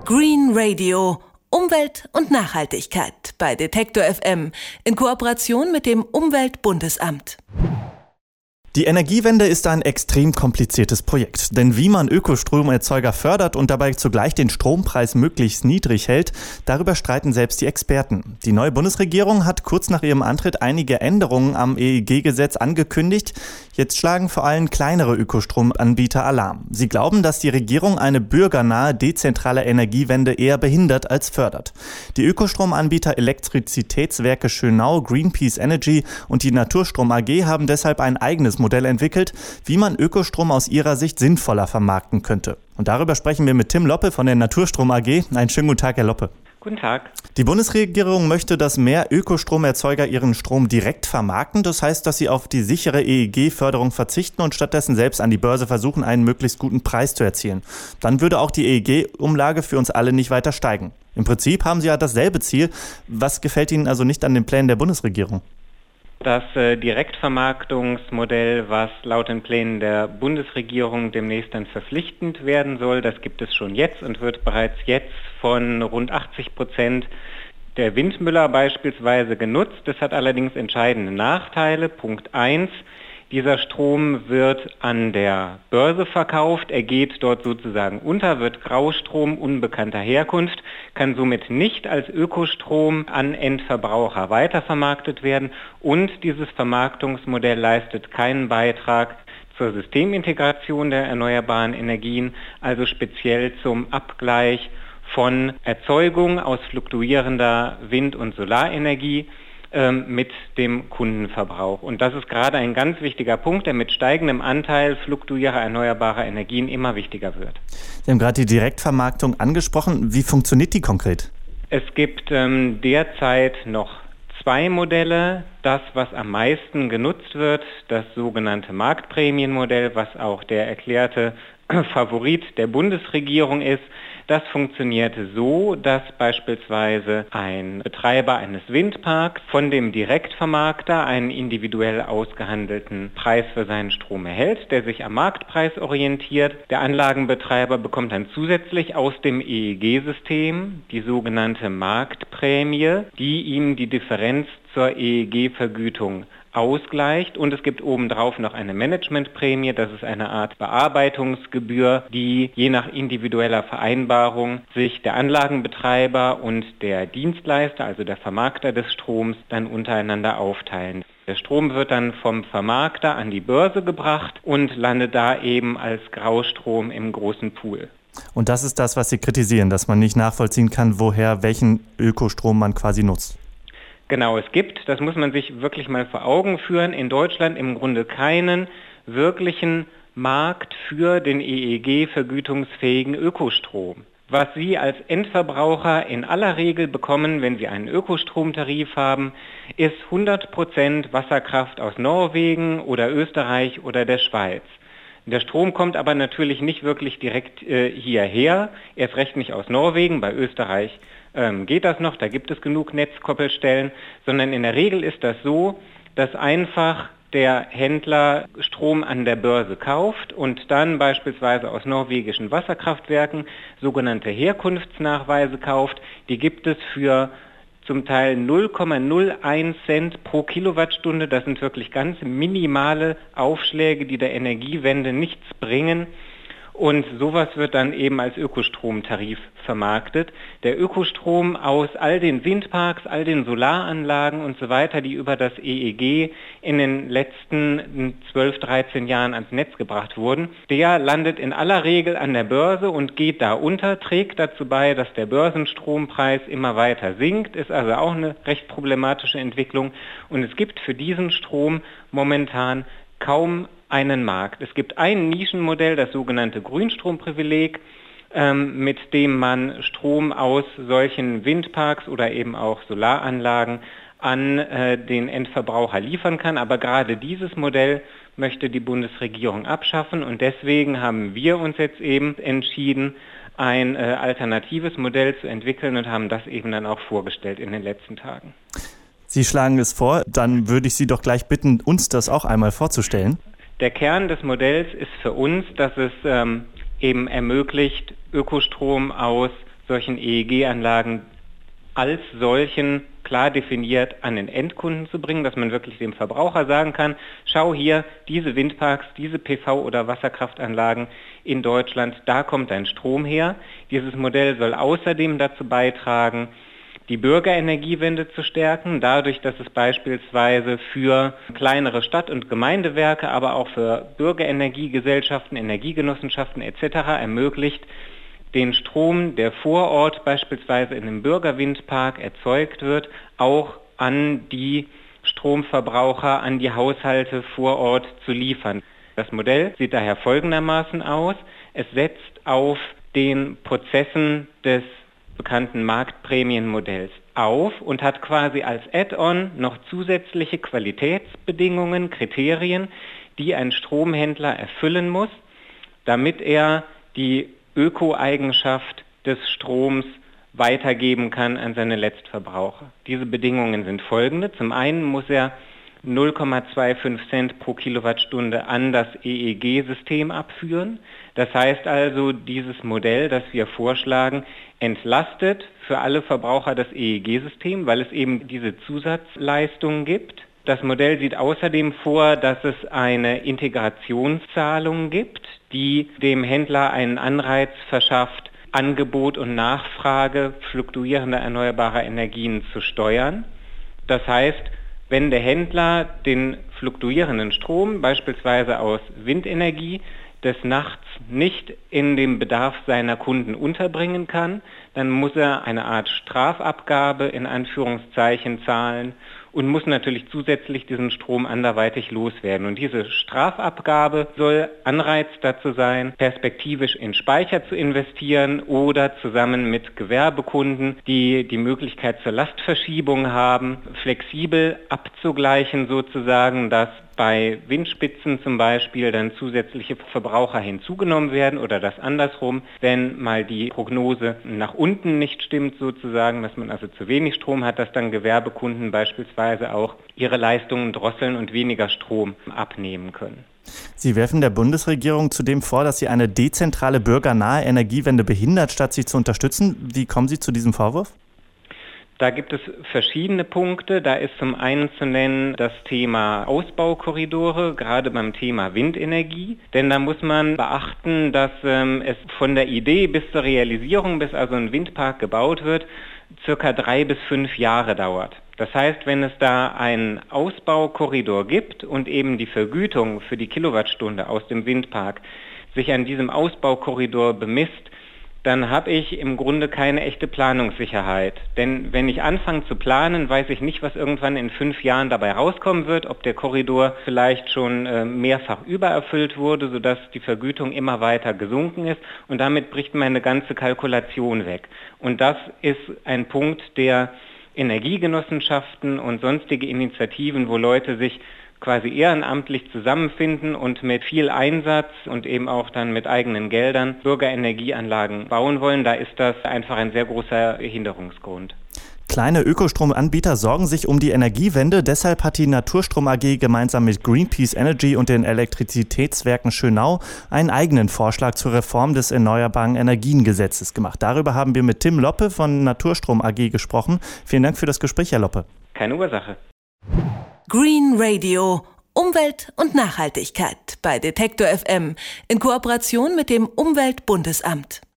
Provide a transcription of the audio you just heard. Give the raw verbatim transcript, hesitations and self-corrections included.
Green Radio. Umwelt und Nachhaltigkeit bei Detektor F M in Kooperation mit dem Umweltbundesamt. Die Energiewende ist ein extrem kompliziertes Projekt, denn wie man Ökostromerzeuger fördert und dabei zugleich den Strompreis möglichst niedrig hält, darüber streiten selbst die Experten. Die neue Bundesregierung hat kurz nach ihrem Antritt einige Änderungen am E E G-Gesetz angekündigt. Jetzt schlagen vor allem kleinere Ökostromanbieter Alarm. Sie glauben, dass die Regierung eine bürgernahe, dezentrale Energiewende eher behindert als fördert. Die Ökostromanbieter Elektrizitätswerke Schönau, Greenpeace Energy und die Naturstrom A G haben deshalb ein eigenes Modell entwickelt, wie man Ökostrom aus ihrer Sicht sinnvoller vermarkten könnte. Und darüber sprechen wir mit Tim Loppe von der Naturstrom A G. Einen schönen guten Tag, Herr Loppe. Guten Tag. Die Bundesregierung möchte, dass mehr Ökostromerzeuger ihren Strom direkt vermarkten. Das heißt, dass sie auf die sichere E E G-Förderung verzichten und stattdessen selbst an die Börse versuchen, einen möglichst guten Preis zu erzielen. Dann würde auch die E E G-Umlage für uns alle nicht weiter steigen. Im Prinzip haben sie ja dasselbe Ziel. Was gefällt Ihnen also nicht an den Plänen der Bundesregierung? Das äh, Direktvermarktungsmodell, was laut den Plänen der Bundesregierung demnächst dann verpflichtend werden soll, das gibt es schon jetzt und wird bereits jetzt von rund achtzig Prozent der Windmüller beispielsweise genutzt. Das hat allerdings entscheidende Nachteile. Punkt eins. Dieser Strom wird an der Börse verkauft, er geht dort sozusagen unter, wird Graustrom unbekannter Herkunft, kann somit nicht als Ökostrom an Endverbraucher weitervermarktet werden und dieses Vermarktungsmodell leistet keinen Beitrag zur Systemintegration der erneuerbaren Energien, also speziell zum Abgleich von Erzeugung aus fluktuierender Wind- und Solarenergie mit dem Kundenverbrauch. Und das ist gerade ein ganz wichtiger Punkt, der mit steigendem Anteil fluktuierender erneuerbarer Energien immer wichtiger wird. Sie haben gerade die Direktvermarktung angesprochen. Wie funktioniert die konkret? Es gibt ähm, derzeit noch zwei Modelle. Das, was am meisten genutzt wird, das sogenannte Marktprämienmodell, was auch der erklärte Favorit der Bundesregierung ist. Das funktioniert so, dass beispielsweise ein Betreiber eines Windparks von dem Direktvermarkter einen individuell ausgehandelten Preis für seinen Strom erhält, der sich am Marktpreis orientiert. Der Anlagenbetreiber bekommt dann zusätzlich aus dem E E G-System die sogenannte Marktprämie, die ihm die Differenz zur E E G-Vergütung ausgleicht und es gibt obendrauf noch eine Managementprämie, das ist eine Art Bearbeitungsgebühr, die je nach individueller Vereinbarung sich der Anlagenbetreiber und der Dienstleister, also der Vermarkter des Stroms, dann untereinander aufteilen. Der Strom wird dann vom Vermarkter an die Börse gebracht und landet da eben als Graustrom im großen Pool. Und das ist das, was Sie kritisieren, dass man nicht nachvollziehen kann, woher welchen Ökostrom man quasi nutzt. Genau, es gibt, das muss man sich wirklich mal vor Augen führen, in Deutschland im Grunde keinen wirklichen Markt für den E E G-vergütungsfähigen Ökostrom. Was Sie als Endverbraucher in aller Regel bekommen, wenn Sie einen Ökostromtarif haben, ist hundert Prozent Wasserkraft aus Norwegen oder Österreich oder der Schweiz. Der Strom kommt aber natürlich nicht wirklich direkt äh, hierher, erst recht nicht aus Norwegen, bei Österreich ähm, geht das noch, da gibt es genug Netzkoppelstellen, sondern in der Regel ist das so, dass einfach der Händler Strom an der Börse kauft und dann beispielsweise aus norwegischen Wasserkraftwerken sogenannte Herkunftsnachweise kauft. Die gibt es für zum Teil null Komma null eins Cent pro Kilowattstunde. Das sind wirklich ganz minimale Aufschläge, die der Energiewende nichts bringen. Und sowas wird dann eben als Ökostromtarif vermarktet. Der Ökostrom aus all den Windparks, all den Solaranlagen und so weiter, die über das E E G in den letzten zwölf, dreizehn Jahren ans Netz gebracht wurden, der landet in aller Regel an der Börse und geht da unter, trägt dazu bei, dass der Börsenstrompreis immer weiter sinkt, ist also auch eine recht problematische Entwicklung. Und es gibt für diesen Strom momentan kaum einen Markt. Es gibt ein Nischenmodell, das sogenannte Grünstromprivileg, ähm, mit dem man Strom aus solchen Windparks oder eben auch Solaranlagen an äh, den Endverbraucher liefern kann. Aber gerade dieses Modell möchte die Bundesregierung abschaffen und deswegen haben wir uns jetzt eben entschieden, ein äh, alternatives Modell zu entwickeln und haben das eben dann auch vorgestellt in den letzten Tagen. Sie schlagen es vor, dann würde ich Sie doch gleich bitten, uns das auch einmal vorzustellen. Der Kern des Modells ist für uns, dass es ähm, eben ermöglicht, Ökostrom aus solchen E E G-Anlagen als solchen klar definiert an den Endkunden zu bringen, dass man wirklich dem Verbraucher sagen kann, schau hier, diese Windparks, diese P V- oder Wasserkraftanlagen in Deutschland, da kommt dein Strom her. Dieses Modell soll außerdem dazu beitragen, die Bürgerenergiewende zu stärken, dadurch, dass es beispielsweise für kleinere Stadt- und Gemeindewerke, aber auch für Bürgerenergiegesellschaften, Energiegenossenschaften et cetera ermöglicht, den Strom, der vor Ort beispielsweise in einem Bürgerwindpark erzeugt wird, auch an die Stromverbraucher, an die Haushalte vor Ort zu liefern. Das Modell sieht daher folgendermaßen aus. Es setzt auf den Prozessen des bekannten Marktprämienmodells auf und hat quasi als Add-on noch zusätzliche Qualitätsbedingungen, Kriterien, die ein Stromhändler erfüllen muss, damit er die Öko-Eigenschaft des Stroms weitergeben kann an seine Letztverbraucher. Diese Bedingungen sind folgende. Zum einen muss er null Komma fünfundzwanzig Cent pro Kilowattstunde an das E E G-System abführen. Das heißt also, dieses Modell, das wir vorschlagen, entlastet für alle Verbraucher das E E G-System, weil es eben diese Zusatzleistungen gibt. Das Modell sieht außerdem vor, dass es eine Integrationszahlung gibt, die dem Händler einen Anreiz verschafft, Angebot und Nachfrage fluktuierender erneuerbarer Energien zu steuern. Das heißt, wenn der Händler den fluktuierenden Strom, beispielsweise aus Windenergie, des Nachts nicht in dem Bedarf seiner Kunden unterbringen kann, dann muss er eine Art Strafabgabe in Anführungszeichen zahlen und muss natürlich zusätzlich diesen Strom anderweitig loswerden. Und diese Strafabgabe soll Anreiz dazu sein, perspektivisch in Speicher zu investieren oder zusammen mit Gewerbekunden, die die Möglichkeit zur Lastverschiebung haben, flexibel abzugleichen sozusagen, dass bei Windspitzen zum Beispiel dann zusätzliche Verbraucher hinzugenommen werden oder das andersrum, wenn mal die Prognose nach unten nicht stimmt sozusagen, dass man also zu wenig Strom hat, dass dann Gewerbekunden beispielsweise auch ihre Leistungen drosseln und weniger Strom abnehmen können. Sie werfen der Bundesregierung zudem vor, dass sie eine dezentrale bürgernahe Energiewende behindert, statt sie zu unterstützen. Wie kommen Sie zu diesem Vorwurf? Da gibt es verschiedene Punkte. Da ist zum einen zu nennen das Thema Ausbaukorridore, gerade beim Thema Windenergie. Denn da muss man beachten, dass ähm, es von der Idee bis zur Realisierung, bis also ein Windpark gebaut wird, circa drei bis fünf Jahre dauert. Das heißt, wenn es da einen Ausbaukorridor gibt und eben die Vergütung für die Kilowattstunde aus dem Windpark sich an diesem Ausbaukorridor bemisst, dann habe ich im Grunde keine echte Planungssicherheit. Denn wenn ich anfange zu planen, weiß ich nicht, was irgendwann in fünf Jahren dabei rauskommen wird, ob der Korridor vielleicht schon äh, mehrfach übererfüllt wurde, sodass die Vergütung immer weiter gesunken ist und damit bricht meine ganze Kalkulation weg. Und das ist ein Punkt, der Energiegenossenschaften und sonstige Initiativen, wo Leute sich quasi ehrenamtlich zusammenfinden und mit viel Einsatz und eben auch dann mit eigenen Geldern Bürgerenergieanlagen bauen wollen, da ist das einfach ein sehr großer Hinderungsgrund. Kleine Ökostromanbieter sorgen sich um die Energiewende. Deshalb hat die Naturstrom A G gemeinsam mit Greenpeace Energy und den Elektrizitätswerken Schönau einen eigenen Vorschlag zur Reform des Erneuerbaren Energiengesetzes gemacht. Darüber haben wir mit Tim Loppe von Naturstrom A G gesprochen. Vielen Dank für das Gespräch, Herr Loppe. Keine Ursache. Green Radio. Umwelt und Nachhaltigkeit bei Detektor F M in Kooperation mit dem Umweltbundesamt.